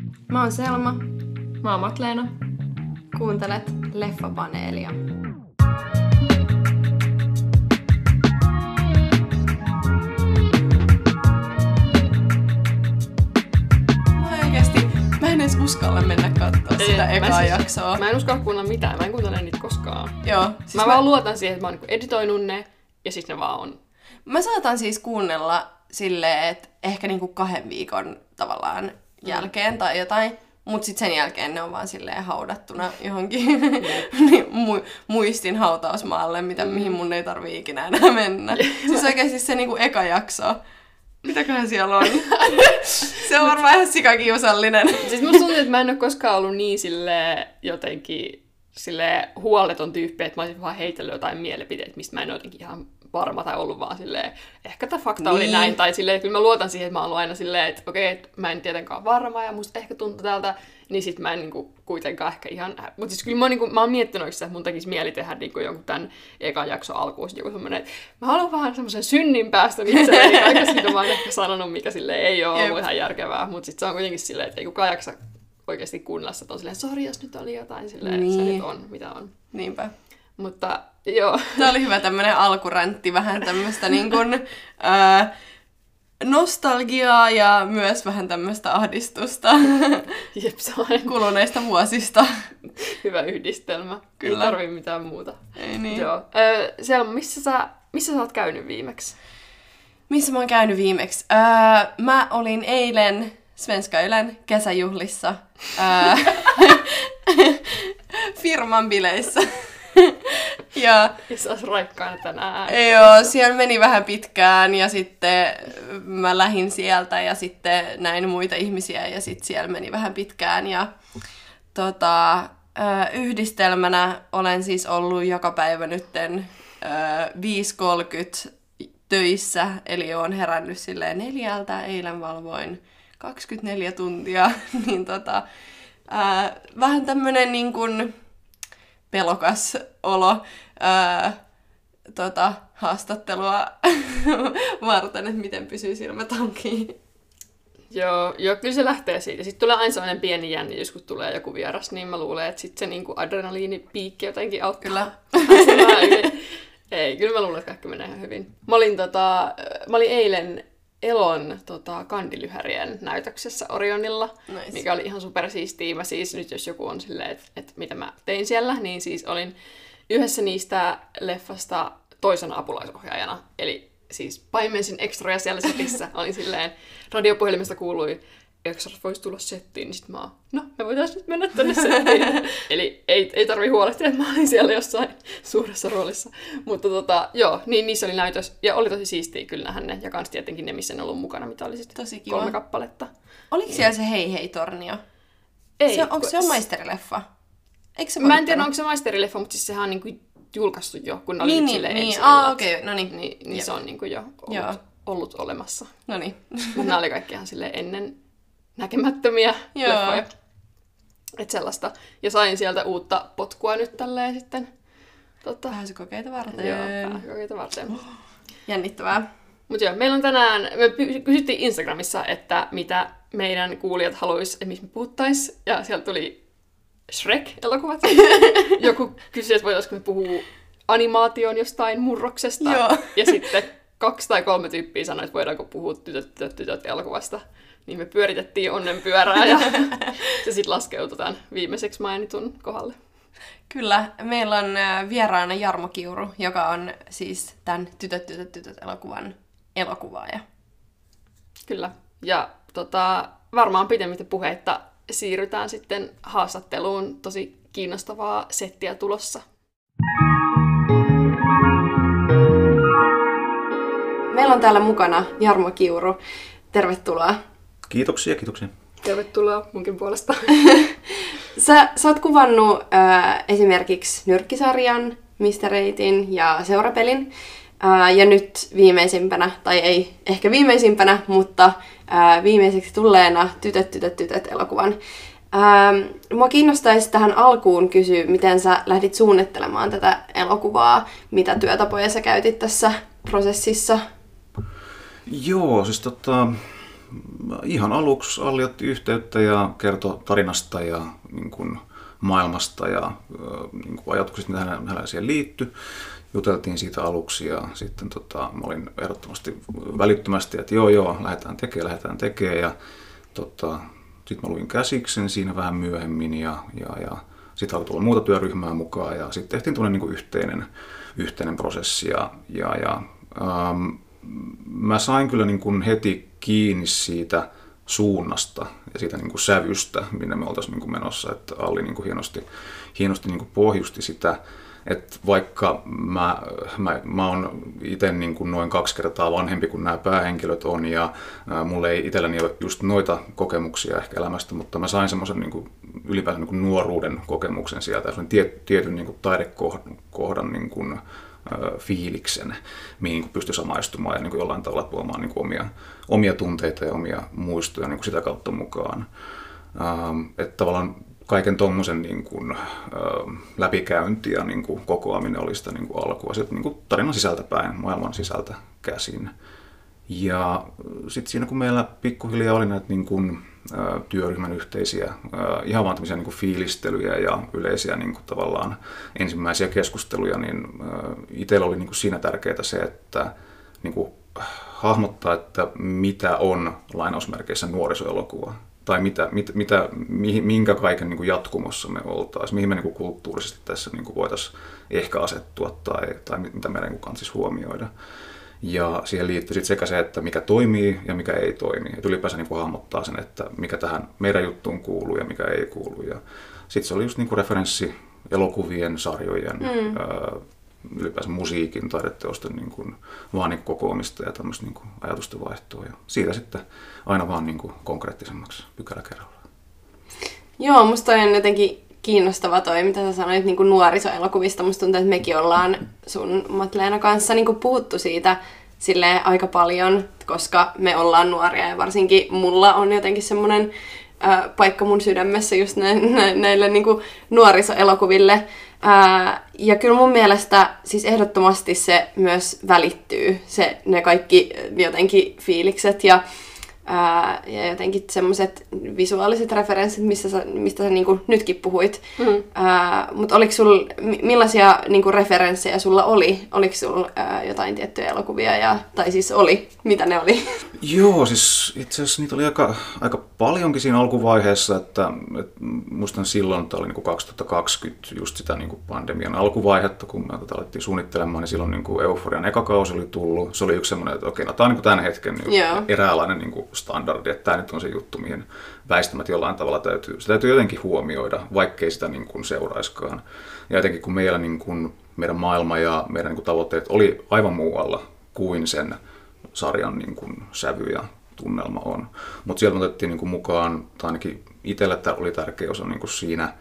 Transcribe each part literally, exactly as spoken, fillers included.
Mä oon Selma. Mä oon Matleena. Kuuntelet Leffapaneelia. Mä oikeesti, mä en edes uskalla mennä katsoa Ei, sitä ekaa siis, jaksoa. Mä en uskalla kuunnella mitään, mä en kuuntele niitä koskaan. Joo. Siis mä, mä vaan luotan siihen, että mä oon niinku editoinut ne, ja siis ne vaan on. Mä saatan siis kuunnella silleen, että ehkä niinku kahden viikon tavallaan jälkeen tai jotain, mut sit sen jälkeen ne on vaan silleen haudattuna johonkin mu- muistin hautausmaalle, mitä, mihin mun ei tarvii ikinä enää mennä. Siis oikeesti se niinku eka jakso. Mitäköhän siellä on? Se on varmaan ihan sikakiusallinen. Siis musta tuntuu, että mä en ole koskaan ollut niin silleen jotenkin silleen huoleton tyyppi, että mä olisin vaan heitellyt jotain mielipiteitä, mistä mä en ole jotenkin ihan varma tai ollut vaan silleen, ehkä tämä fakta niin oli näin, tai silleen, kyllä mä luotan siihen, että mä oon ollut aina silleen, että okei, että mä en tietenkään varma ja musta ehkä tuntuu tältä, niin sit mä en niinku kuitenkaan ehkä ihan, mutta siis kyllä mä oon, niinku, mä oon miettinyt oikeastaan, että mun tekisi mieli tehdä niinku jonkun tämän ekan jakson alkuun joku semmoinen, että mä haluan vähän semmoisen synnin päästä itselleni, kaiken siitä mä oon ehkä sanonut, mikä silleen ei ole ollut ihan järkevää, mutta sit se on kuitenkin silleen, että ei kukaan jaksa oikeasti kuunnella, että on silleen, sori jos nyt oli jotain, silleen, niin. Se nyt on, mitä on. Niinpä. Mutta joo. Tämä oli hyvä tämmönen alkuräntti, vähän tämmöistä niin kuin, ää, nostalgiaa ja myös vähän tämmöistä ahdistusta Jep, se on kuluneista vuosista. Hyvä yhdistelmä. Kyllä. Ei tarvii mitään muuta. Ei niin. Joo. Öö, Selma, missä sä, missä sä oot käynyt viimeksi? Missä mä oon käynyt viimeksi? Öö, mä olin eilen Svenska Ylen kesäjuhlissa ää, firman bileissä. Ja Missä oot raikkaana tänään? joo, siellä meni vähän pitkään ja sitten mä lähdin sieltä ja sitten näin muita ihmisiä ja sitten siellä meni vähän pitkään. Ja tota, yhdistelmänä olen siis ollut joka päivä nytten viisi kolmekymmentä töissä, eli olen herännyt silleen neljältä, eilen valvoin kaksikymmentäneljä tuntia, niin tota, ää, vähän tämmönen niin kuin pelokas olo ää, tota, haastattelua varten, että miten pysyy silmät auki. Joo, joo, kyllä se lähtee siitä. Sitten tulee aina sellainen pieni jännitys, kun tulee joku vieras, niin mä luulen, että sitten se niinku adrenaliinipiikki jotenkin auttaa. Kyllä. Ei, kyllä mä luulen, että kaikki menee ihan hyvin. Mä olin, tota, mä olin eilen Elon tota, kandilyhärien näytöksessä Orionilla, Nice. mikä oli ihan supersiistiä. Mä siis nyt, jos joku on silleen, että et mitä mä tein siellä, niin siis olin yhdessä niistä leffasta toisena apulaisohjaajana. Eli siis paimensin extroja siellä setissä. Olin silleen, radiopuhelimesta kuului, extrat vois tulla settiin, niin sit mä oon, no, me voitais nyt mennä tänne settiin. Eli ei, ei tarvii huolehtia, että mä olin siellä jossain suuressa roolissa. Mutta tota, joo, niin niissä oli näytös. Ja oli tosi siistiä kyllä nähdä ne. Ja kans tietenkin ne, missä ne ollut mukana, mitä oli sitten Tosi kiva. kolme kappaletta. Oliko siellä se Hei Hei Tornio? Ei. Se, onko se on maisterileffa? Eikö se Mä en tiedä, onko se maisterileffa, mutta siis sehän on niinku julkaistu jo, kun ne oli Niin, nyt niin, silleen niin. ensi Ah, illat. okei, okay, no niin. Niin, niin se on niinku jo Joo. ollut, ollut olemassa. No niin. Nämä oli kaikki ihan silleen ennen näkemättömiä Joo. leffoja. Et sellaista. Ja sain sieltä uutta potkua nyt tälleen sitten. Tota, Pääsykokeita varten. joo, pääsykokeita varten. Jännittävää. Mutta joo, meillä on tänään, me py- kysyttiin Instagramissa, että mitä meidän kuulijat haluaisi, että mistä me puhuttais. Ja sieltä tuli Shrek-elokuvat. Joku kysyi, että voitaisiinko me puhua animaation jostain murroksesta. Joo. Ja sitten kaksi tai kolme tyyppiä sanoi, että voidaanko puhua tytöt, tytöt, tytöt elokuvasta. Niin me pyöritettiin onnenpyörää ja se sitten laskeutui tämän viimeiseksi mainitun kohdalle. Kyllä, meillä on äh, vieraana Jarmo Kiuru, joka on siis tämän Tytöt, tytöt, tytöt elokuvan elokuvaaja. Kyllä. Ja tota, varmaan pidemmittä puheitta siirrytään sitten haastatteluun. Tosi kiinnostavaa settiä tulossa. Meillä on täällä mukana Jarmo Kiuru. Tervetuloa. Kiitoksia, kiitoksia. Tervetuloa munkin puolesta. Sä, sä oot kuvannut äh, esimerkiksi Nyrkkisarjan, Mistereitin ja Seurapelin. Äh, ja nyt viimeisimpänä, tai ei ehkä viimeisimpänä, mutta äh, viimeiseksi tulleena Tytöt, tytöt, tytöt elokuvan. Ähm, mua kiinnostaisi tähän alkuun kysyä, miten sä lähdit suunnittelemaan tätä elokuvaa, mitä työtapoja sä käytit tässä prosessissa? Joo, siis tota, ihan aluksi Alli otti yhteyttä ja kertoi tarinasta ja niin kuin maailmasta ja niin kuin ajatuksista, mitä hänellä siihen liittyi. Juteltiin siitä aluksi ja sitten tota, mä olin ehdottomasti välittömästi, että joo joo, lähdetään tekemään, lähdetään tekemään. Ja tota, sitten mä luin käsiksen siinä vähän myöhemmin ja, ja, ja sitten alkoi tulla muuta työryhmää mukaan ja sitten tehtiin tuollainen niin kuin yhteinen, yhteinen prosessi. Ja, ja, ja ähm, mä sain kyllä niin kuin heti kiinni siitä suunnasta ja siitä niin kuin sävystä, minne me oltaisiin niin kuin menossa, että Alli niin kuin hienosti, hienosti niin kuin pohjusti sitä. Että vaikka mä, mä, mä oon itse niin kuin noin kaksi kertaa vanhempi kuin nämä päähenkilöt on ja ää, mulla ei itselläni ole just noita kokemuksia ehkä elämästä, mutta mä sain semmoisen niin kuin ylipäätään niin kuin nuoruuden kokemuksen sieltä, semmoinen tiet, tietyn niin kuin taidekohdan niin kuin, ää, fiiliksen, mihin niin kuin pystyi samaistumaan ja niin kuin jollain tavalla tuomaan niin kuin omia, omia tunteita ja omia muistoja niin kuin sitä kautta mukaan. Ähm, että tavallaan kaiken tuommoisen niin kuin, ö, läpikäynti ja niin kuin, kokoaminen oli sitä niin kuin, alkua sieltä niin kuin, tarinan sisältä päin, maailman sisältä käsin. Ja sitten siinä kun meillä pikkuhiljaa oli näitä niin kuin, ö, työryhmän yhteisiä, ö, ihan vaan tämmöisiä niin kuin, fiilistelyjä ja yleisiä niin kuin, tavallaan ensimmäisiä keskusteluja, niin itsellä oli niin kuin, siinä tärkeää se, että niin kuin, hahmottaa, että mitä on lainausmerkeissä nuorisoelokuva. Tai mitä, mit, mitä, minkä kaiken niin kuin jatkumossa me oltaisiin, mihin me niin kuin kulttuurisesti tässä niin kuin voitaisiin ehkä asettua tai, tai mitä meidän niin kuin kannattaisi huomioida. Ja siihen liittyy sitten sekä se, että mikä toimii ja mikä ei toimi. Et ylipäänsä niin kuin hahmottaa sen, että mikä tähän meidän juttuun kuuluu ja mikä ei kuulu. Ja sitten se oli just niin kuin referenssi elokuvien, sarjojen, mm. ää, ylipäänsä musiikin, taideteosten niin kuin, vaan niin kuin kokoamista ja tämmöistä niin kuin ajatusten vaihtoa. Ja siitä sitten aina vaan niin kuin konkreettisemmaksi pykälä kerrallaan. Joo, musta toi on jotenkin kiinnostava toi, mitä sä sanoit niin kuin nuorisoelokuvista. Musta tuntuu, että mekin ollaan sun Matleena kanssa niin kuin puhuttu siitä silleen aika paljon, koska me ollaan nuoria ja varsinkin mulla on jotenkin semmoinen ää, paikka mun sydämessä just nä- nä- näille niin kuin nuorisoelokuville. Ää, ja kyllä mun mielestä siis ehdottomasti se myös välittyy, se, ne kaikki jotenkin fiilikset ja, ää, ja jotenkin semmoiset visuaaliset referenssit, mistä sä, mistä sä niinku nytkin puhuit. Mm. Mutta oliko sul, millaisia niinku referenssejä sulla oli? Oliko sulla ää, jotain tiettyjä elokuvia, ja, tai siis oli, mitä ne oli? Joo, siis itse asiassa niitä oli aika, aika paljonkin siinä alkuvaiheessa, että, että muistan silloin, että oli niin kuin kaksituhattakaksikymmentä just sitä niin kuin pandemian alkuvaihetta, kun me tätä alettiin suunnittelemaan, niin silloin niin kuin Euforian eka kausi oli tullut. Se oli yksi semmoinen, että okei, no tämä on niin kuin tämän hetken niin yeah. eräänlainen niin kuin standardi, että tämä nyt on se juttu, mihin väistämättä jollain tavalla täytyy, se täytyy jotenkin huomioida, vaikkei sitä niin kuin seuraiskaan. Ja jotenkin kun meillä niin kuin, meidän maailma ja meidän niin kuin tavoitteet oli aivan muualla kuin sen sarjan niin kuin sävy ja tunnelma on. Mutta sieltä otettiin niin kuin mukaan, tai ainakin itselle oli tärkeä osa niin kuin siinä,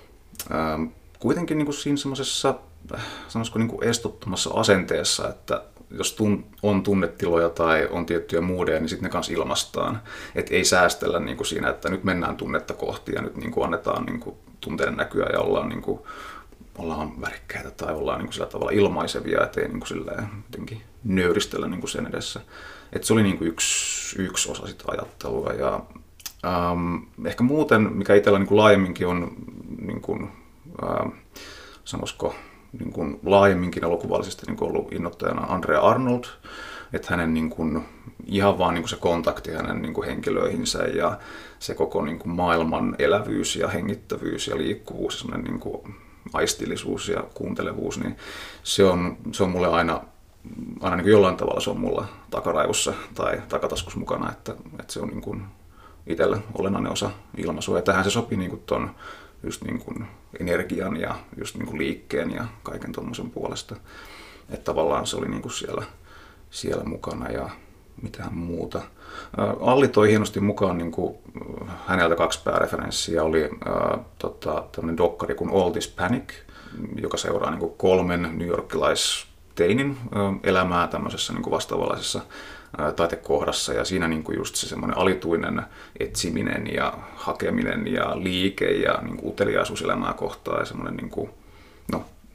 ää, kuitenkin niin kuin siinä semmoisessa, sanoisiko niin kuin estottomassa asenteessa, että jos tun, on tunnetiloja tai on tiettyjä moodeja, niin sitten ne kanssa ilmaistaan. Että ei säästellä niin kuin siinä, että nyt mennään tunnetta kohti ja nyt niin kuin annetaan niin kuin tunteiden näkyä ja ollaan, niin kuin, ollaan värikkäitä tai ollaan niin kuin sillä tavalla ilmaisevia, ettei niin kuin silleen jotenkin nöyristellä niin kuin sen edessä. Et se oli niin kuin yksi, yksi osa sitä ajattelua. Ja, ähm, ehkä muuten, mikä itsellä niin kuin laajemminkin on, niin kuin, ähm, sanoisiko, niin kuin laajemminkin elokuvallisesti niin kuin ollut innoittajana Andrea Arnold. Että hänen niin kuin, ihan vaan niin kuin se kontakti hänen niin kuin henkilöihinsä ja se koko niin kuin maailman elävyys ja hengittävyys ja liikkuvuus ja semmoinen niin kuin aistillisuus ja kuuntelevuus, niin se on, se on mulle aina, aina niin kuin jollain tavalla se on mulla takaraivossa tai takataskus mukana, että, että se on niin kuin itsellä olennainen osa ilmaisua. Ja tähän se sopii niin kuin ton just niin kuin energian ja just niin kuin liikkeen ja kaiken tuommoisen puolesta. Että tavallaan se oli niin kuin siellä, siellä mukana ja mitään muuta. Alli toi hienosti mukaan niin kuin, häneltä kaksi pääreferenssiä. Oli äh, tota, tämmöinen dokkari kuin All This Panic, joka seuraa niin kuin kolmen newyorkilaisteinin äh, elämää tämmöisessä niin kuin vastaavanlaisessa äh, taitekohdassa. Ja siinä niin kuin just se semmoinen alituinen etsiminen ja hakeminen ja liike ja niin kuin uteliaisuus elämää kohtaan ja semmoinen niin kuin, no,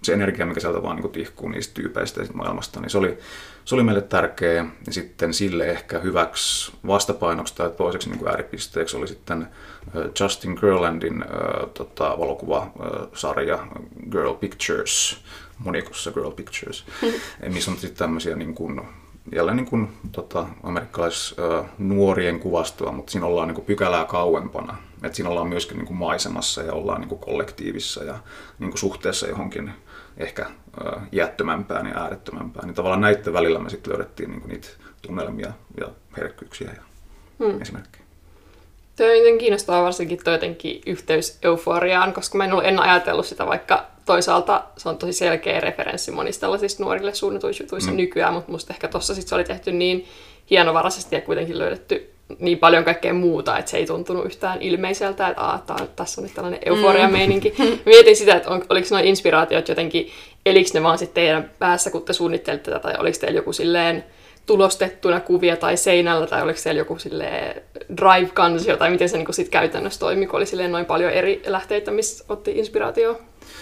se energia, mikä sieltä vaan niin kuin tihkuu niistä tyypeistä ja maailmasta, niin se oli, se oli meille tärkeä. Ja sitten sille ehkä hyväksi vastapainoksi tai toiseksi niin kuin ääripisteeksi oli sitten Justin Kurlandin äh, tota, valokuvasarja Girl Pictures, monikossa Girl Pictures, missä on sitten tämmöisiä niin kuin, jälleen niin kuin, tota, amerikkalais äh, nuorien kuvastoa, mutta siinä ollaan niin kuin pykälää kauempana. Et siinä ollaan myöskin niin kuin maisemassa ja ollaan niin kuin kollektiivissa ja niin kuin suhteessa johonkin ehkä äh, iättömämpään ja äärettömämpään. Niin tavallaan näiden välillä me sitten löydettiin niin kuin niitä tunnelmia ja herkkyyksiä ja hmm. esimerkkejä. Tuo on jotenkin kiinnostavaa varsinkin tuo jotenkin yhteys euforiaan, koska mä en ollut en ajatellut sitä, vaikka toisaalta se on tosi selkeä referenssi monista tällaisista nuorille suunnatuissa jutuissa mm. nykyään, mutta musta ehkä tossa sit se oli tehty niin hienovaraisesti ja kuitenkin löydetty niin paljon kaikkea muuta, että se ei tuntunut yhtään ilmeiseltä, että Aa, tää, tässä on nyt tällainen euforia-meininki. Mm. Mietin sitä, että on, oliko nuo inspiraatiot jotenkin, elikö ne vaan sitten teidän päässä, kun te suunnittelitte tätä, tai oliko teillä joku silleen tulostettuna kuvia tai seinällä, tai oliko siellä joku silleen drive-kansio, tai miten se niin sitten käytännössä toimi, kun oli silleen noin paljon eri lähteitä, missä otti inspiraatioon?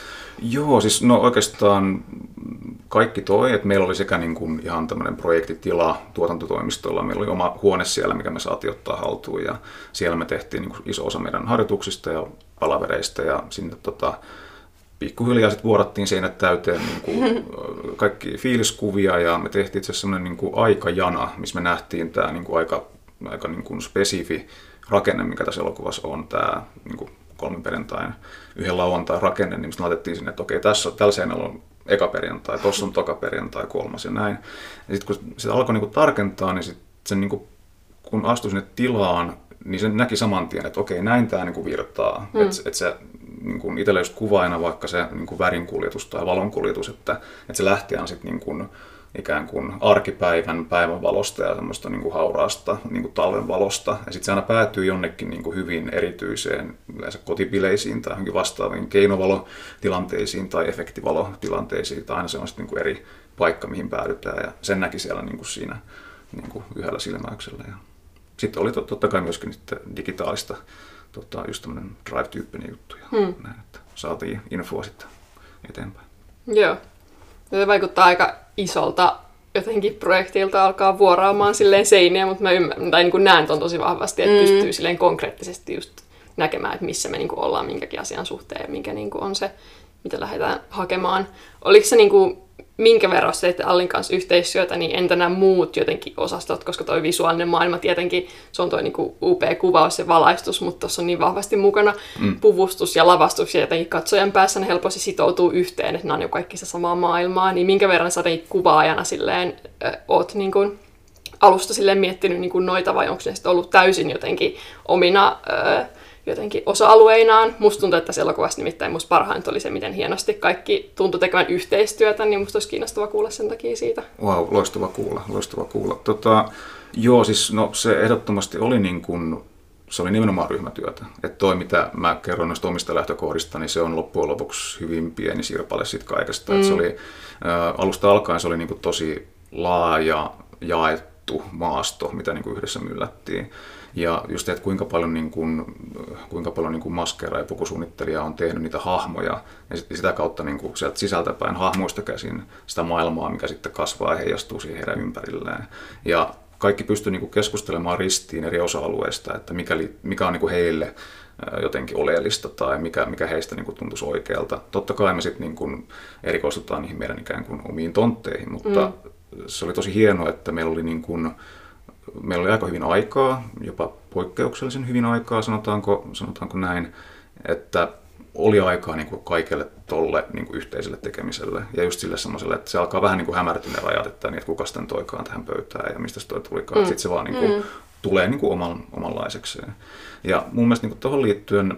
Joo, siis no oikeastaan kaikki toi, että meillä oli sekä niin kuin ihan tämmöinen projektitila tuotantotoimistolla, meillä oli oma huone siellä, mikä me saatiin ottaa haltuun, ja siellä me tehtiin niin kuin iso osa meidän harjoituksista ja palavereista, ja sinne tota, pikkuhiljaa sitten vuodattiin seinät täyteen niin kuin kaikki fiiliskuvia, ja me tehtiin itse asiassa semmoinen niin kuin aikajana, missä me nähtiin tämä niin kuin aika, aika niin kuin spesifi rakenne, mikä tässä elokuvassa on, tämä niin kuin kolmen perjantain, yhden lauantain rakenne, niin mistä laitettiin sinne, että okei, tässä on, tällä seinällä on eka perjantai, tuossa on toka perjantai, kolmas ja näin. Ja sitten kun se alkoi niinku tarkentaa, niin sit sen niinku, kun astui sinne tilaan, niin se näki saman tien, että okei, näin tämä niinku virtaa. Mm. Että et se niinku, itsellä just kuvaajana vaikka se niinku värinkuljetus tai valonkuljetus, että et se lähtee sitten niinku, ikään kuin arkipäivän päivän valosta ja semmoista niin kuin hauraasta niin kuin talven valosta. Ja sitten se aina päätyy jonnekin niin kuin hyvin erityiseen yleensä kotipileisiin tai johonkin vastaaviin keinovalotilanteisiin tai efektivalotilanteisiin. Tai aina se on sitten niin kuin eri paikka, mihin päädytään. Ja sen näki siellä niin kuin siinä niin kuin yhdellä silmäyksellä. Ja sitten oli totta kai myöskin digitaalista, tota, just tämmöinen drive-tyyppinen juttu. Ja hmm. näin, että saatiin infoa sitten eteenpäin. Joo. Se vaikuttaa aika isolta jotenkin projektilta alkaa vuoraamaan silleen seiniä, mutta mä ymmärrän, tai niin kuin näen ton tosi vahvasti, että mm. pystyy silleen konkreettisesti just näkemään, että missä me niin kuin ollaan minkäkin asian suhteen ja minkä niin kuin on se, mitä lähdetään hakemaan. Oliko se niin kuin, minkä verran teitte Allin kanssa yhteistyötä, niin entä nämä muut jotenkin osastot, koska toi visuaalinen maailma tietenkin, se on toi niin kuin upea kuvaus ja valaistus, mutta tuossa on niin vahvasti mukana mm. puvustus ja lavastus ja jotenkin katsojan päässä ne helposti sitoutuu yhteen, että nämä on jo kaikki se samaa maailmaa, niin minkä verran sä jotenkin kuvaajana silleen äh, oot niin kuin alusta silleen miettinyt niin kuin noita vai onko ne sitten ollut täysin jotenkin omina äh, jotenkin osa-alueinaan. Musta tuntuu, että tässä elokuvassa nimittäin musta parhainta oli se, miten hienosti kaikki tuntui tekevän yhteistyötä, niin musta olisi kiinnostava kuulla sen takia siitä. Wow, loistava kuulla, loistava kuulla. Tota, joo, siis no, se ehdottomasti oli niin kuin, se oli nimenomaan ryhmätyötä. Että toi, mitä mä kerron noista omista lähtökohdista, niin se on loppujen lopuksi hyvin pieni sirpale siitä kaikesta. Mm. Se oli, ä, alusta alkaen se oli niin kuin tosi laaja, jaettu maasto, mitä niin kuin yhdessä myllättiin. Ja just että kuinka paljon, niin kuin, kuinka paljon niin kuin maskeera ja pukusuunnittelija on tehnyt niitä hahmoja ja sitä kautta niin kuin sieltä sisältäpäin hahmoista käsin sitä maailmaa, mikä sitten kasvaa ja heijastuu siihen heidän ympärillään. Ja kaikki pystyy niin kuin keskustelemaan ristiin eri osa-alueista, että mikä, mikä on niin kuin heille jotenkin oleellista tai mikä, mikä heistä niin kuin tuntuisi oikealta. Totta kai me sitten niin kuin erikoistutaan niihin meidän ikään kuin omiin tontteihin, mutta mm. se oli tosi hienoa, että meillä oli niin kuin Meillä oli aika hyvin aikaa, jopa poikkeuksellisen hyvin aikaa, sanotaanko, sanotaanko näin, että oli aikaa niin kuin kaikelle tolle niin kuin yhteiselle tekemiselle ja just sille semmoiselle, että se alkaa vähän niin kuin hämärtyä ne rajat, että, niin, että kuka sitten toikaan tähän pöytään ja mistä se toi tulikaan. Mm. Sitten se vaan niin kuin, mm. tulee niin kuin oman, omanlaisekseen. Ja mun mielestä niin tuohon liittyen,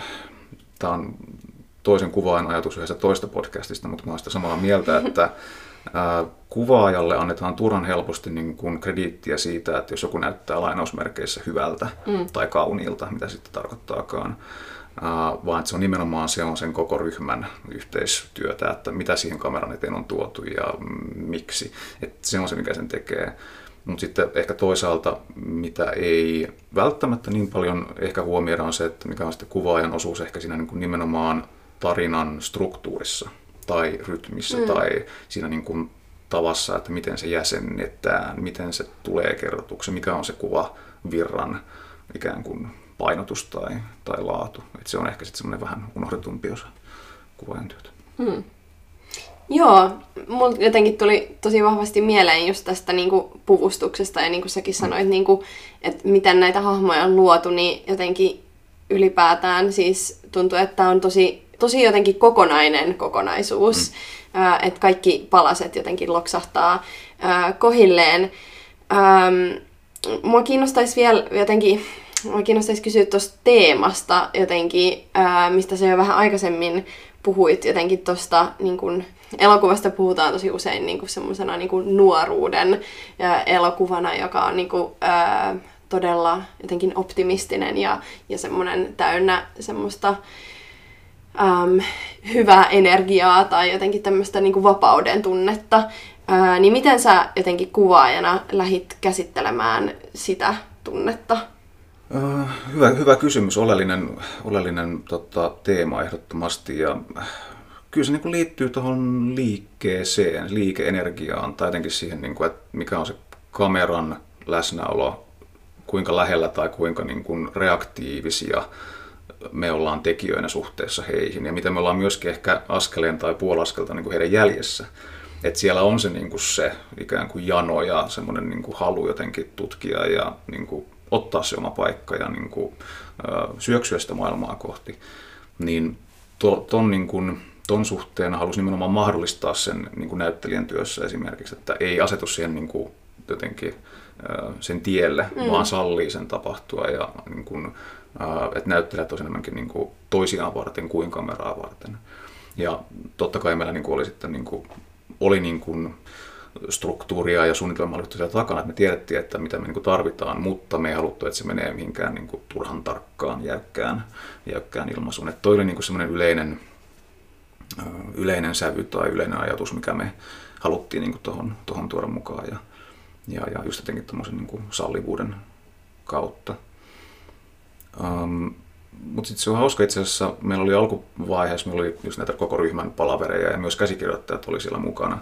tämä on toisen kuvaajan ajatus yhdessä toista podcastista, mutta mä olen sitä samaa mieltä, että kuvaajalle annetaan turhan helposti niin kuin krediittiä siitä, että jos joku näyttää lainausmerkeissä hyvältä mm. tai kauniilta, mitä sitten tarkoittaakaan, vaan että se on nimenomaan se on sen koko ryhmän yhteistyötä, että mitä siihen kameran eteen on tuotu ja miksi. Että se on se, mikä sen tekee. Mutta sitten ehkä toisaalta, mitä ei välttämättä niin paljon ehkä huomioida, on se, että mikä on sitten kuvaajan osuus ehkä siinä niin kuin nimenomaan tarinan struktuurissa. tai rytmissä mm. tai siinä niin kuin tavassa, että miten se jäsennetään, miten se tulee kerrotuksi, mikä on se kuvavirran ikään kuin painotus tai, tai laatu. Et se on ehkä sitten semmoinen vähän unohdetumpi osa kuvaajan työtä. Mm. Joo, mulla jotenkin tuli tosi vahvasti mieleen just tästä niinku puvustuksesta ja niin kuin säkin sanoit, niinku, että miten näitä hahmoja on luotu, niin jotenkin ylipäätään siis tuntuu, että tämä on tosi, tosi jotenkin kokonainen kokonaisuus, mm. äh, että kaikki palaset jotenkin loksahtaa äh, kohilleen. Ähm, mua kiinnostaisi vielä jotenkin, mua kiinnostaisi kysyä tuosta teemasta jotenkin, äh, mistä sä jo vähän aikaisemmin puhuit jotenkin tuosta niin kun elokuvasta puhutaan tosi usein niin kuin semmoisena niin kuin nuoruuden ja elokuvana, joka on niin kuin, ää, todella jotenkin optimistinen ja, ja semmoinen täynnä semmoista äm, hyvää energiaa tai jotenkin tämmöistä niin kuin vapauden tunnetta. Ää, niin miten sä jotenkin kuvaajana lähdit käsittelemään sitä tunnetta? Uh, hyvä, hyvä kysymys, oleellinen, oleellinen tota, teema ehdottomasti. Ja kyllä se niin kuin liittyy tuohon liikkeeseen, liikeenergiaan tai jotenkin siihen, niin kuin, että mikä on se kameran läsnäolo, kuinka lähellä tai kuinka niin kuin reaktiivisia me ollaan tekijöinä suhteessa heihin ja miten me ollaan myöskin ehkä askeleen tai puolaskelta niin kuin heidän jäljessä. Että siellä on se, niin kuin se ikään kuin jano ja semmoinen niin kuin halu jotenkin tutkia ja niin kuin ottaa se oma paikka ja niin kuin, ö, syöksyä sitä maailmaa kohti. Niin to, ton, niin kuin, ton suhteen halusin nimenomaan mahdollistaa sen niin kuin näyttelijän työssä esimerkiksi, että ei asetu siihen niin kuin, jotenkin ö, sen tielle, mm. vaan sallii sen tapahtua. Ja, niin kuin, ö, että näyttelijät on enemmänkin niin kuin toisiaan varten kuin kameraa varten. Ja totta kai meillä niin kuin oli sitten niin kuin, oli niin kuin struktuuria ja suunnitelmaa siellä takana, että me tiedettiin, että mitä me niin kuin tarvitaan, mutta me ei haluttu, että se menee mihinkään niin kuin turhan tarkkaan, jäykkään, jäykkään ilmaisuun. Että toi oli niin kuin semmoinen yleinen, yleinen sävy tai yleinen ajatus, mikä me haluttiin niin kuin tohon, tohon tuoda mukaan ja, ja, ja just jotenkin tommosen niin kuin sallivuuden kautta. Um, Mutta sitten se on hauska itse asiassa, meillä oli alkuvaiheessa, meillä oli just näitä koko ryhmän palavereja ja myös käsikirjoittajat oli siellä mukana.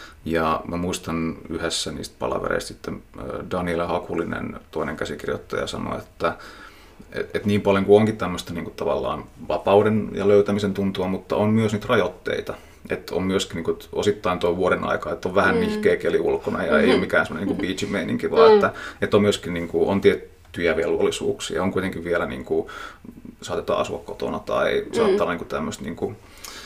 Ja mä muistan yhdessä niistä palavereista sitten Daniela Hakulinen, toinen käsikirjoittaja, sanoi, että et, et niin paljon kuin onkin tämmöistä niin kuin tavallaan vapauden ja löytämisen tuntua, mutta on myös niitä rajoitteita. Että on myöskin niin kuin, osittain tuo vuoden aika, että on vähän mm. nihkeä keli ulkona ja mm-hmm. ei ole mikään semmoinen niin beach-meininki, vaan mm. että, että on myöskin niin kuin, on tiettyjä velvollisuuksia. On kuitenkin vielä, niin kuin, saatetaan asua kotona tai mm. saattaa olla niin kuin tämmöistä niin kuin,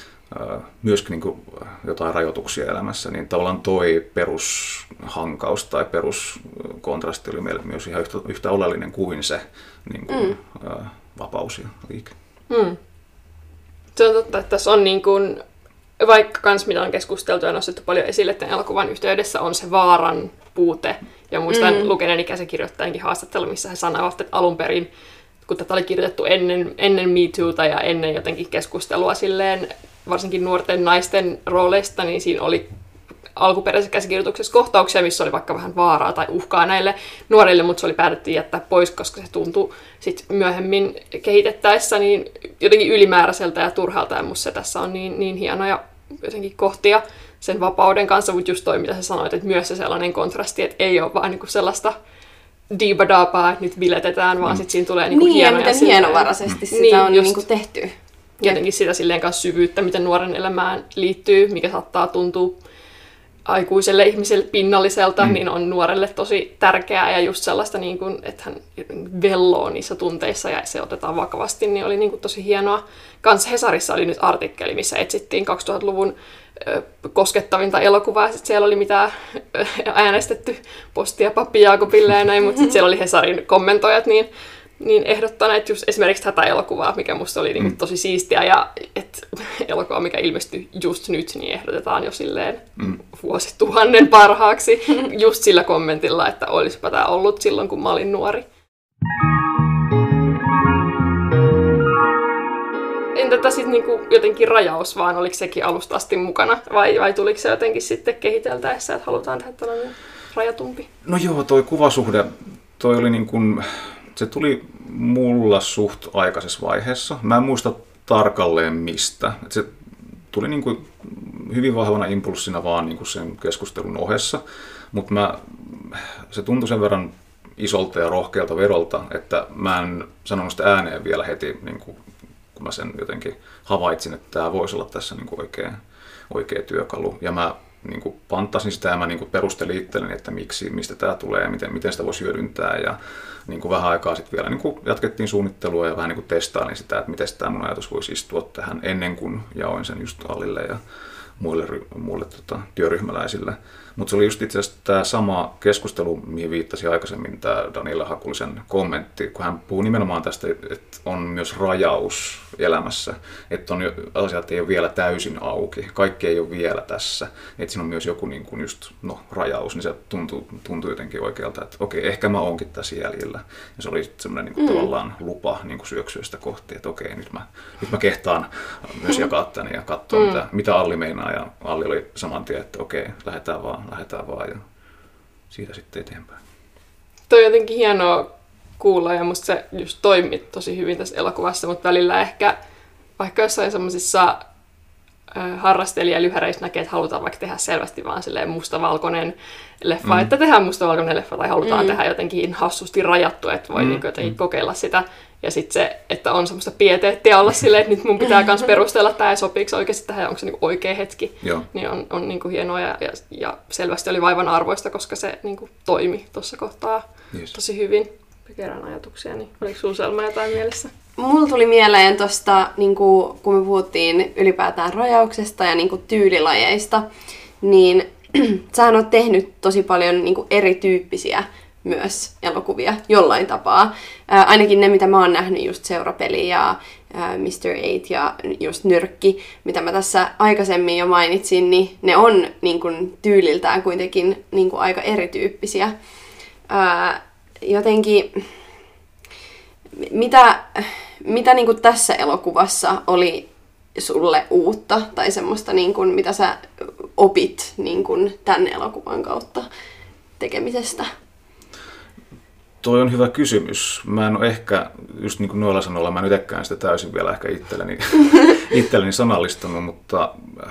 myöskin niin kuin jotain rajoituksia elämässä, niin tavallaan toi perushankaus tai peruskontrasti oli meille myös ihan yhtä, yhtä oleellinen kuin se niin kuin, mm. vapaus ja liike. Mm. Se on totta, että tässä on niin kuin, vaikka kans mitä on keskusteltu ja nostettu paljon esille tämän elokuvan yhteydessä, on se vaaran puute. Ja muistan mm. lukeneeni käsikirjoittajankin haastattelu, missä he sanoivat, että alun perin, kun tätä oli kirjoitettu ennen, ennen Me Toota ja ennen jotenkin keskustelua silleen, varsinkin nuorten naisten rooleista, niin siinä oli alkuperäisessä käsikirjoituksessa kohtauksia, missä oli vaikka vähän vaaraa tai uhkaa näille nuorille, mutta se oli päätetty jättää pois, koska se tuntui sit myöhemmin kehitettäessä niin jotenkin ylimääräiseltä ja turhalta, ja musta se tässä on niin, niin hienoja jotenkin kohtia sen vapauden kanssa, mutta just toi, mitä sä sanoit, että myös se sellainen kontrasti, että ei ole vaan niinku sellaista diibadaapaa, että nyt biletetään, vaan sitten siinä tulee niinku niin, hienoja. Niin, ja miten hienovaraisesti sitä niin, on niinku tehty. Jotenkin sitä silleen kanssa syvyyttä, miten nuoren elämään liittyy, mikä saattaa tuntua aikuiselle ihmiselle pinnalliselta, mm. niin on nuorelle tosi tärkeää ja just sellaista, niin kuin, että hän velloo niissä tunteissa ja se otetaan vakavasti, niin oli niin kuin tosi hienoa. Kans Hesarissa oli nyt artikkeli, missä etsittiin kaksituhattaluvun koskettavinta elokuvaa, sitten siellä oli mitään äänestetty postia Pappi Jaakobille ja näin, mutta sitten siellä oli Hesarin kommentoijat, niin niin ehdottaneet just esimerkiksi tätä elokuvaa, mikä musta oli niinku tosi siistiä, ja että elokuva, mikä ilmestyi just nyt, niin ehdotetaan jo silleen mm. vuosituhannen parhaaksi, just sillä kommentilla, että olisipa tämä ollut silloin, kun mä olin nuori. Entä tätä sitten niinku jotenkin rajaus, vaan oliko sekin alusta asti mukana, vai, vai tuliko se jotenkin sitten kehiteltäessä, että halutaan tehdä tällainen rajatumpi? No joo, toi kuvasuhde, toi oli niin kuin... Se tuli mulla suht aikaisessa vaiheessa. Mä en muista tarkalleen mistä. Se tuli niin kuin hyvin vahvana impulssina vaan niin kuin sen keskustelun ohessa, mutta mä, se tuntui sen verran isolta ja rohkealta vedolta, että mä en sanonut sitä ääneen vielä heti, niin kuin, kun mä sen jotenkin havaitsin, että tämä voisi olla tässä niin kuin oikea, oikea työkalu. Ja mä niin kuin panttasin sitä ja mä niin kuin perustelin itselleni, että miksi, mistä tämä tulee ja miten, miten sitä voisi hyödyntää. Ja niin kuin vähän aikaa sitten vielä niin kuin jatkettiin suunnittelua ja vähän niin kuin testailin sitä, että miten tämä mun ajatus voisi istua tähän ennen kuin jaoin sen just Allille ja muille, muille tota, työryhmäläisille. Mutta se oli just itse asiassa tämä sama keskustelu, mihin viittasi aikaisemmin tämä Daniela Hakulisen kommentti, kun hän puhuu nimenomaan tästä, että on myös rajaus elämässä, että on, asiat ei ole vielä täysin auki, kaikki ei ole vielä tässä, että siinä on myös joku niin kuin just, no, rajaus, niin se tuntuu, tuntuu jotenkin oikealta, että okei, ehkä mä oonkin tässä jäljellä. Ja se oli semmoinen niin kuin, mm. tavallaan lupa niin kuin syöksyä sitä kohti, että okei, nyt mä, nyt mä kehtaan myös jakaa tämän ja katsoa, mm. mitä, mitä Alli meinaa. Ja Alli oli saman tien, että okei, lähdetään vaan, lähdetään vaan ja siitä sitten eteenpäin. Toi on jotenkin hienoa kuulla ja musta se just toimi tosi hyvin tässä elokuvassa, mutta välillä ehkä vaikka jossain semmoisissa harrastelijalyhäreissä näkee, että halutaan vaikka tehdä selvästi vaan silleen mustavalkoinen leffa, mm. että tehdään mustavalkoinen leffa tai halutaan mm. tehdä jotenkin hassusti rajattu, että voi mm. niin jotenkin mm. kokeilla sitä. Ja sitten se, että on semmoista pieteettiä olla silleen, että nyt mun pitää myös perustella tämä ja sopiiko se oikeasti tähän ja onko se niin oikea hetki, Joo. niin on, on niin hienoa ja, ja, ja selvästi oli vaivan arvoista, koska se niin toimi tuossa kohtaa yes. tosi hyvin. Kerään ajatuksia, niin oliko sinulla Selma jotain mielessä? Mulla tuli mieleen tuosta, niin kun me puhuttiin ylipäätään rajauksesta ja niin tyylilajeista, niin sähän oot tehnyt tosi paljon niin erityyppisiä myös elokuvia jollain tapaa. Ää, ainakin ne, mitä mä oon nähnyt, just Seurapeli ja ää, mister Eight ja just Nyrkki, mitä mä tässä aikaisemmin jo mainitsin, niin ne on niin kun, tyyliltään kuitenkin niin kun, aika erityyppisiä. Ää, jotenkin, mitä, mitä niin kuin tässä elokuvassa oli sulle uutta tai semmoista, niin kuin, mitä sä opit niin kuin tämän elokuvan kautta tekemisestä? Toi on hyvä kysymys. Mä en ole ehkä, just niin kuin noilla sanoilla, mä en itsekään sitä täysin vielä ehkä itselleni, itselleni sanallistanut, mutta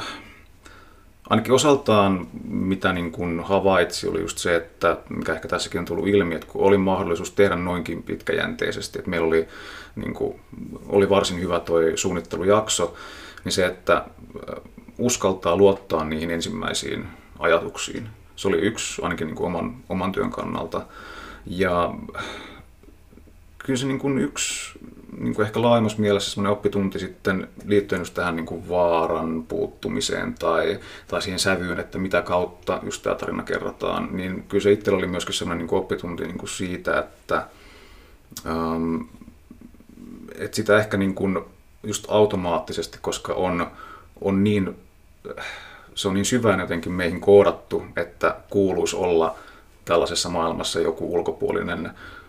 ainakin osaltaan, mitä niin kuin havaitsi, oli just se, että mikä ehkä tässäkin on tullut ilmi, että kun oli mahdollisuus tehdä noinkin pitkäjänteisesti, että meillä oli, niin kuin, oli varsin hyvä toi suunnittelujakso, niin se, että uskaltaa luottaa niihin ensimmäisiin ajatuksiin. Se oli yksi ainakin niin kuin oman, oman työn kannalta. Ja kyllä se niin kuin yksi niin kuin ehkä laajemmassa mielessä semmoinen oppitunti sitten liittyen just tähän niin kuin vaaran puuttumiseen tai, tai siihen sävyyn, että mitä kautta just tämä tarina kerrotaan, niin kyllä se itsellä oli myöskin semmoinen niin kuin oppitunti niin kuin siitä, että, ähm, että sitä ehkä niin kuin just automaattisesti, koska on, on niin, se on niin syvään jotenkin meihin koodattu, että kuuluisi olla tällaisessa maailmassa joku ulkopuolinen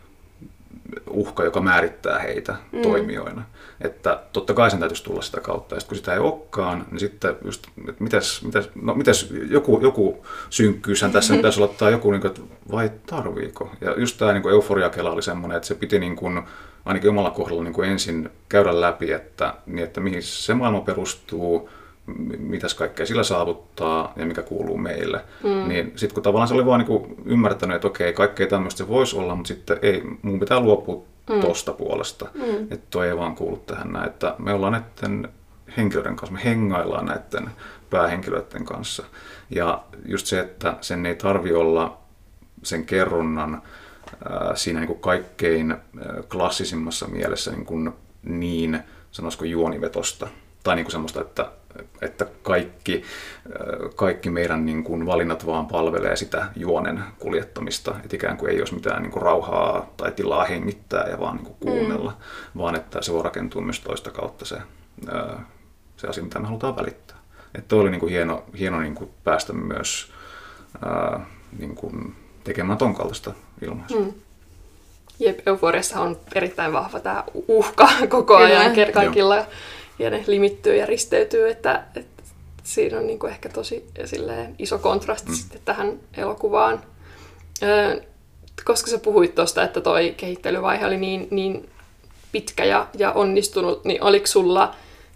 uhka, joka määrittää heitä mm. toimijoina. Että totta kai sen täytyisi tulla sitä kautta. Ja sitten kun sitä ei olekaan, niin sitten just, että mitäs, mitäs, no mitäs joku, joku synkkyyshän tässä mm-hmm. pitäisi olla, tai joku, niin kuin, että vai tarviiko? Ja just tämä niin euforiakela oli semmoinen, että se piti niin kuin, ainakin omalla kohdalla niin kuin ensin käydä läpi, että, niin, että mihin se maailma perustuu, mitäs kaikkea sillä saavuttaa ja mikä kuuluu meille. Mm. Niin sitten kun tavallaan se oli vaan niin ymmärtänyt, että okei, kaikkea tämmöistä se voisi olla, mutta sitten ei, mun pitää luopua mm. tosta puolesta. Mm. Että toi ei vaan kuulu tähän näin, että me ollaan näiden henkilöiden kanssa, me hengaillaan näiden päähenkilöiden kanssa. Ja just se, että sen ei tarvi olla sen kerronnan ää, siinä niin kuin kaikkein ää, klassisimmassa mielessä niin, kuin niin sanoisiko juonivetosta. Tai niin kuin semmoista, että, että kaikki, kaikki meidän niin kuin valinnat vaan palvelee sitä juonen kuljettamista. Että ikään kuin ei olisi mitään niin kuin rauhaa tai tilaa hengittää ja vaan niin kuin kuunnella, mm. vaan että se voi rakentua myös toista kautta se, se asia, mitä me halutaan välittää. Että toi oli niin kuin hieno, hieno niin kuin päästä myös ää, niin kuin tekemään ton kaltaista ilmaisua. Mm. Jep, Euforiassa on erittäin vahva tämä uhka koko ajan Kyllä. kaikilla. Joo. Ja ne limittyy ja risteytyy, että, että siinä on niin kuin ehkä tosi iso kontrasti mm. sitten tähän elokuvaan. Ö, koska sä puhuit tuosta, että toi kehittelyvaihe oli niin, niin pitkä ja, ja onnistunut, niin oliko sulla,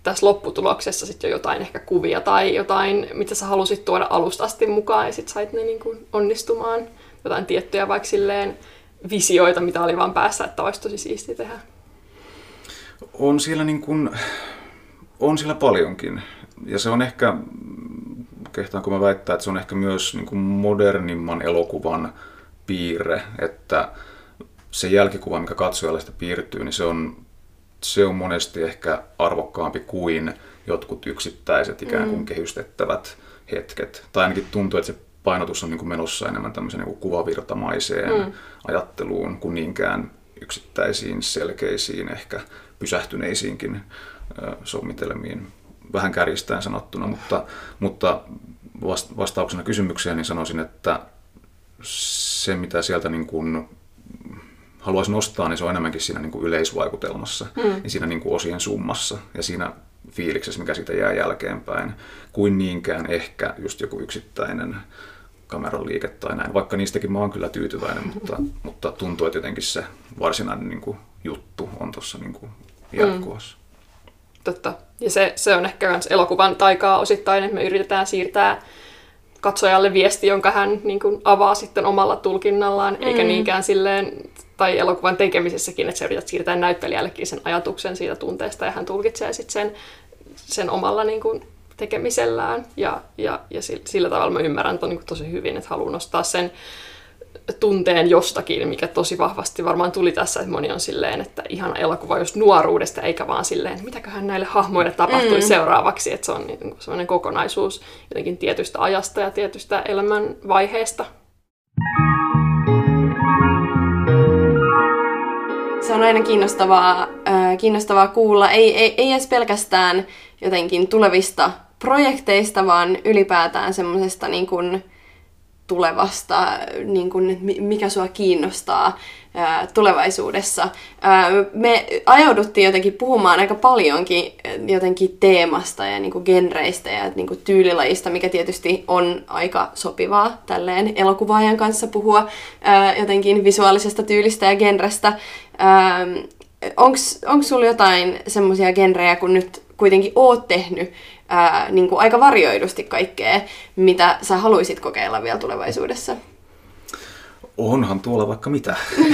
tässä lopputuloksessa sit jo jotain ehkä kuvia tai jotain, mitä sä halusit tuoda alusta asti mukaan ja sit sait ne niin kuin onnistumaan. Jotain tiettyjä vaikka silleen visioita, mitä oli vaan päässä, että olisi tosi siistiä tehdä. On siellä, niin kuin, on siellä paljonkin. Ja se on ehkä, kehtaanko mä väittää, että se on ehkä myös niin kuin modernimman elokuvan piirre, että se jälkikuva, mikä katsojalle sitä piirtyy, niin se on, se on monesti ehkä arvokkaampi kuin jotkut yksittäiset ikään kuin mm. kehystettävät hetket. Tai ainakin tuntuu, että se painotus on niin kuin menossa enemmän tämmöiseen niin kuin kuvavirtamaiseen mm. ajatteluun kuin niinkään yksittäisiin, selkeisiin, ehkä pysähtyneisiinkin äh, sommitelmiin. Vähän kärjistäen sanottuna, mutta, mutta vastauksena kysymykseen niin sanoisin, että se mitä sieltä niin kuin haluaisin nostaa, niin se on enemmänkin siinä niin kuin yleisvaikutelmassa, mm. niin siinä niin kuin osien summassa ja siinä fiiliksessä, mikä siitä jää jälkeenpäin, kuin niinkään ehkä just joku yksittäinen kameran liike tai näin. Vaikka niistäkin mä oon kyllä tyytyväinen, mutta, mutta tuntuu, että jotenkin se varsinainen niin kuin juttu on tuossa niin kuin jatkuvassa. Mm. Totta. Ja se, se on ehkä myös elokuvan taikaa osittain, että me yritetään siirtää katsojalle viesti, jonka hän niin kuin avaa sitten omalla tulkinnallaan, mm. eikä niinkään silleen, tai elokuvan tekemisessäkin, että sä yrität siirtää näyttelijällekin sen ajatuksen siitä tunteesta, ja hän tulkitsee sitten sen, sen omalla niin kuin tekemisellään. Ja, ja, ja sillä tavalla mä ymmärrän ton niin kuin tosi hyvin, että haluan nostaa sen tunteen jostakin, mikä tosi vahvasti varmaan tuli tässä, että moni on silleen, että ihan elokuva just nuoruudesta, eikä vaan silleen, että mitäköhän näille hahmoille tapahtui mm. seuraavaksi, että se on niin sellainen kokonaisuus jotenkin tietystä ajasta ja tietystä elämän vaiheesta. Se on aina kiinnostavaa, äh, kiinnostavaa kuulla, ei, ei, ei edes pelkästään jotenkin tulevista projekteista, vaan ylipäätään semmoisesta niin kuin tulevasta, niin kuin, mikä sua kiinnostaa ää, tulevaisuudessa. Ää, me ajauduttiin jotenkin puhumaan aika paljonkin jotenkin teemasta ja niin kuin genreistä ja niin kuin tyylilajista, mikä tietysti on aika sopivaa tälleen elokuvaajan kanssa puhua ää, jotenkin visuaalisesta tyylistä ja genrestä. Onko sulla jotain semmoisia genrejä, kun nyt kuitenkin oot tehnyt ää, niin kuin aika varjoidusti kaikkea, mitä sä haluaisit kokeilla vielä tulevaisuudessa? Onhan tuolla vaikka mitä.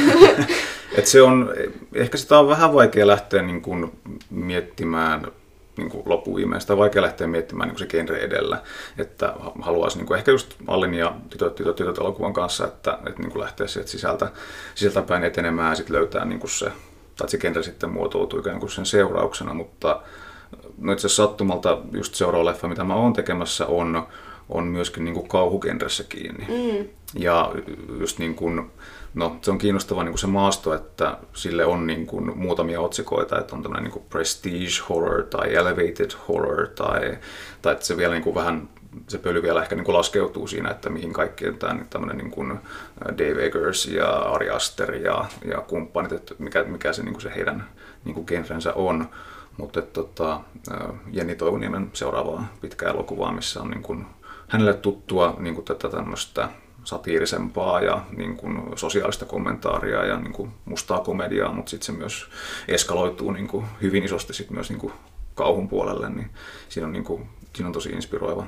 Et se on, ehkä sitä on vähän vaikea lähteä niin kuin miettimään niin kuin loppuviimeistä, on vaikea lähteä miettimään niin kuin se genre edellä. Että haluaisi niin kuin ehkä just Allin ja tytöt, tytöt, tytöt elokuvan kanssa, että, että niin kuin lähteä sieltä sisältä, sisältäpäin etenemään ja sitten löytää niin kuin se, tai se genre sitten muotoutuu ikään kuin sen seurauksena, mutta no itse asiassa sattumalta just seuraava leffa, mitä mä oon tekemässä, on, on myöskin niin kuin kauhugenressä kiinni. Mm. Ja just niin kuin, no se on kiinnostava niin kuin se maasto, että sille on niin kuin muutamia otsikoita, että on tämmöinen niin kuin prestige horror tai elevated horror tai, tai että se vielä niin kuin vähän, se pöly vielä ehkä niin kuin laskeutuu siinä, että mihin kaikkien tämä tämmöinen niin kuin Dave Eggers ja Ari Aster ja, ja kumppanit, että mikä, mikä se, niin kuin se heidän niin kuin genrensä on. Mutta tota, Jenni Toivoniemen seuraavaa pitkää elokuvaa, missä on niin kuin hänelle tuttua niin kuin tätä tämmöistä satiirisempaa ja niin kuin sosiaalista kommentaaria ja niin kuin mustaa komediaa, mutta sitten se myös eskaloituu niin kuin hyvin isosti sit myös niin kuin kauhun puolelle, niin siinä on, niin kuin, siinä on tosi inspiroiva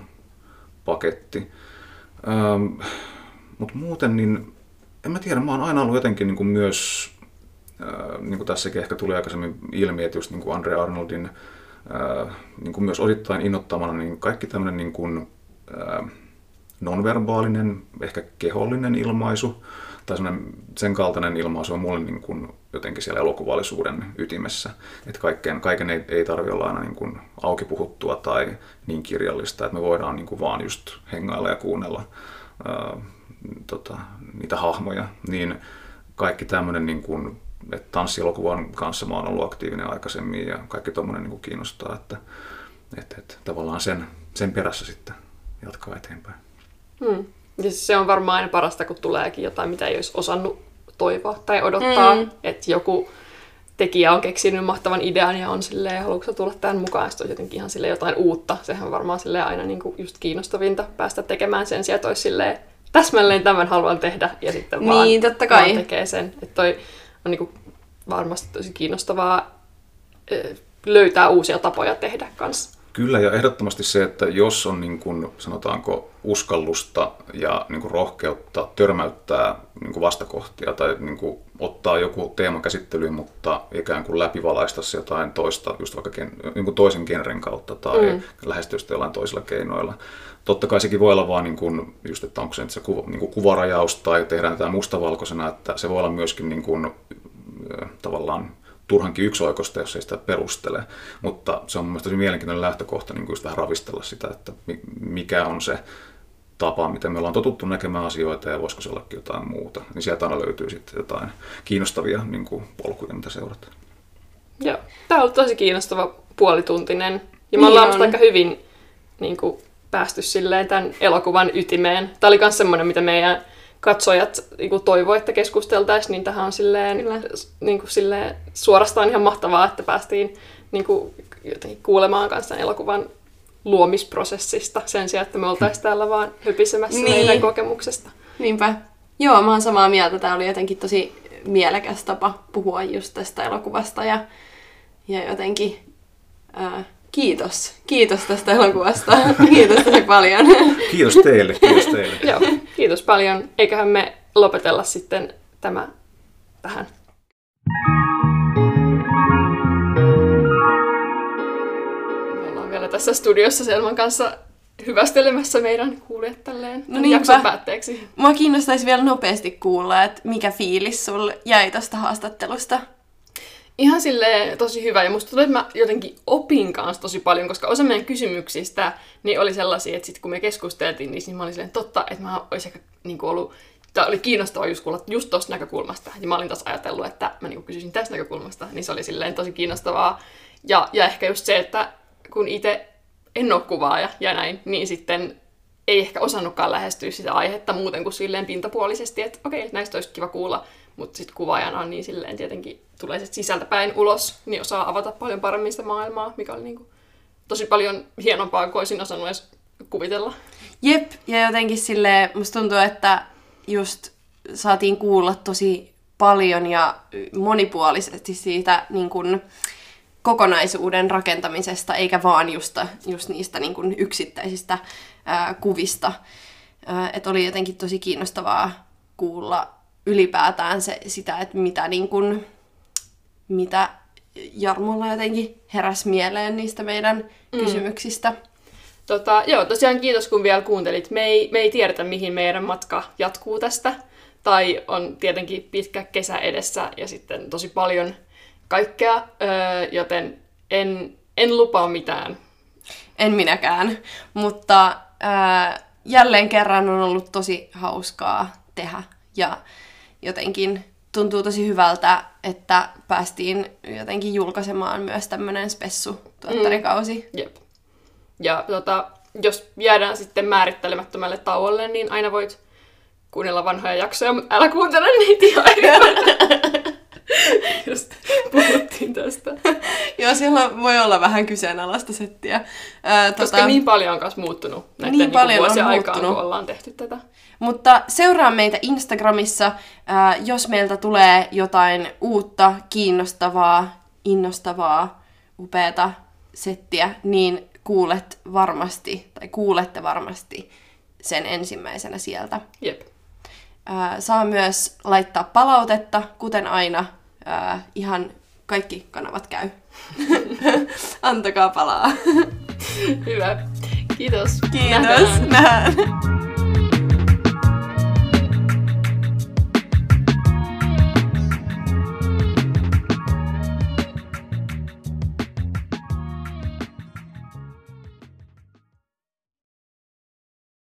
paketti. Ähm, mutta muuten, niin en mä tiedä, mä oon aina ollut jotenkin niin kuin myös Äh, niin kuin tässäkin ehkä tuli aikaisemmin ilmi, että just niin kuin Andre Arnoldin äh, niin kuin myös osittain innoittamana, niin kaikki tämmöinen niin kuin, äh, nonverbaalinen, ehkä kehollinen ilmaisu tai sen kaltainen ilmaisu on mulle niin kuin jotenkin siellä elokuvallisuuden ytimessä. Että kaikkeen, kaiken ei, ei tarvitse olla aina niin kuin auki puhuttua tai niin kirjallista, että me voidaan niin kuin vaan just hengailla ja kuunnella äh, tota, niitä hahmoja. Niin kaikki tämmöinen niin kuin että tanssielokuvan kanssa mä oon ollut aktiivinen aikaisemmin ja kaikki tommoinen niin kuin kiinnostaa, että, että, että tavallaan sen, sen perässä sitten jatkaa eteenpäin. Hmm. Ja se on varmaan aina parasta, kun tuleekin jotain, mitä ei olisi osannut toivoa tai odottaa, hmm. että joku tekijä on keksinyt mahtavan idean ja on silleen, haluatko tulla tämän mukaan, sitten on jotenkin ihan silleen jotain uutta. Sehän on varmaan silleen aina niin kuin just kiinnostavinta päästä tekemään sen sijaan, että olisi silleen, täsmälleen tämän haluan tehdä ja sitten niin, vaan, totta kai. vaan tekee sen. Että toi on niin kuin varmasti tosi kiinnostavaa löytää uusia tapoja tehdä kanssa. Kyllä, ja ehdottomasti se, että jos on niin kuin, sanotaanko uskallusta ja niin kuin rohkeutta törmäyttää niin kuin vastakohtia tai niin kuin ottaa joku teema käsittelyyn, mutta ikään kuin läpivalaista se jotain toista, just vaikka gen, niin kuin toisen genren kautta tai mm. lähestyä sitä jollain toisilla keinoilla. Totta kai sekin voi olla vaan, niin kuin, just, että onko se, se kuva, niin kuin kuvarajaus tai tehdään tätä mustavalkoisena, että se voi olla myöskin niin kuin, tavallaan turhankin yksioikoista, jos ei sitä perustele. Mutta se on mun mielestä tosi mielenkiintoinen lähtökohta niin just vähän ravistella sitä, että mikä on se tapa, miten me ollaan totuttu näkemään asioita ja voisiko se ollakin jotain muuta. Niin sieltä aina löytyy sitten jotain kiinnostavia niin kuin polkuja, mitä seurata. Joo, tämä on ollut tosi kiinnostava puolituntinen. Ja me niin ollaan aika hyvin niin kuin, päästy silleen tämän elokuvan ytimeen. Tämä oli myös semmoinen, mitä meidän katsojat niin toivoi, että keskusteltaisiin, niin tähän on silleen, niin kuin, silleen suorastaan ihan mahtavaa, että päästiin niin kuin, jotenkin kuulemaan kanssa elokuvan luomisprosessista sen sijaan, että me oltaisiin täällä vaan höpisemässä niin. meidän kokemuksesta. Niinpä. Joo, mä oon samaa mieltä. Tämä oli jotenkin tosi mielekäs tapa puhua just tästä elokuvasta ja, ja jotenkin ää, kiitos. Kiitos tästä elokuvasta. Kiitos tosi paljon. Kiitos teille. Kiitos teille. Joo, kiitos paljon. Eiköhän me lopetella sitten tämä tähän. Me ollaan vielä tässä studiossa Selman kanssa hyvästelemässä meidän kuulijat tälleen no jakson päätteeksi. Mua kiinnostaisi vielä nopeasti kuulla, että mikä fiilis sul jäi tosta haastattelusta? Ihan silleen tosi hyvä, ja musta tuntuu, että mä jotenkin opin kanssa tosi paljon, koska osa meidän kysymyksistä niin oli sellaisia, että sit kun me keskusteltiin, niin mä olin silleen totta, että mä olisin ehkä niin kuin ollut, tämä oli kiinnostavaa just kuulla just tosta näkökulmasta, ja mä olin taas ajatellut, että mä niin kuin kysyisin tästä näkökulmasta, niin se oli silleen tosi kiinnostavaa, ja, ja ehkä just se, että kun itse en ole kuvaaja ja näin, niin sitten ei ehkä osannutkaan lähestyä sitä aihetta muuten kuin silleen pintapuolisesti, että okei, näistä olisi kiva kuulla, mutta sitten kuvaajana on niin silleen tietenkin tulee sit sisältäpäin ulos, niin osaa avata paljon paremmin sitä maailmaa, mikä oli niinku tosi paljon hienompaa kuin olisin osannut edes kuvitella. Jep, ja jotenkin silleen musta tuntuu, että just saatiin kuulla tosi paljon ja monipuolisesti siitä niin kun kokonaisuuden rakentamisesta, eikä vaan just, just niistä niin kun yksittäisistä ää, kuvista. Että oli jotenkin tosi kiinnostavaa kuulla ylipäätään se, sitä, että mitä, niin kun, mitä Jarmolla jotenkin heräsi mieleen niistä meidän mm. kysymyksistä. Tota, joo, tosiaan kiitos kun vielä kuuntelit. Me ei, me ei tiedetä, mihin meidän matka jatkuu tästä. Tai on tietenkin pitkä kesä edessä ja sitten tosi paljon kaikkea, öö, joten en, en lupaa mitään. En minäkään, mutta ää, jälleen kerran on ollut tosi hauskaa tehdä ja jotenkin tuntuu tosi hyvältä, että päästiin jotenkin julkaisemaan myös tämmöinen spessu-tuottarikausi. Mm. Jep. Ja tota, jos jäädään sitten määrittelemättömälle tauolle, niin aina voit kuunnella vanhoja jaksoja, mutta älä kuuntele niitä ihan. Just puhuttiin tästä. Joo, siellä voi olla vähän kyseenalaista settiä. Ää, Koska tota, niin paljon on myös muuttunut näiden niin niin vuosien aikaan, kun ollaan tehty tätä. Mutta seuraa meitä Instagramissa, ää, jos meiltä tulee jotain uutta, kiinnostavaa, innostavaa, upeata settiä, niin kuulet varmasti, tai kuulette varmasti sen ensimmäisenä sieltä. Jep. Ää, saa myös laittaa palautetta, kuten aina. Ää, ihan kaikki kanavat käy. Antakaa palaa. Hyvä. Kiitos. Kiitos. Nähdään.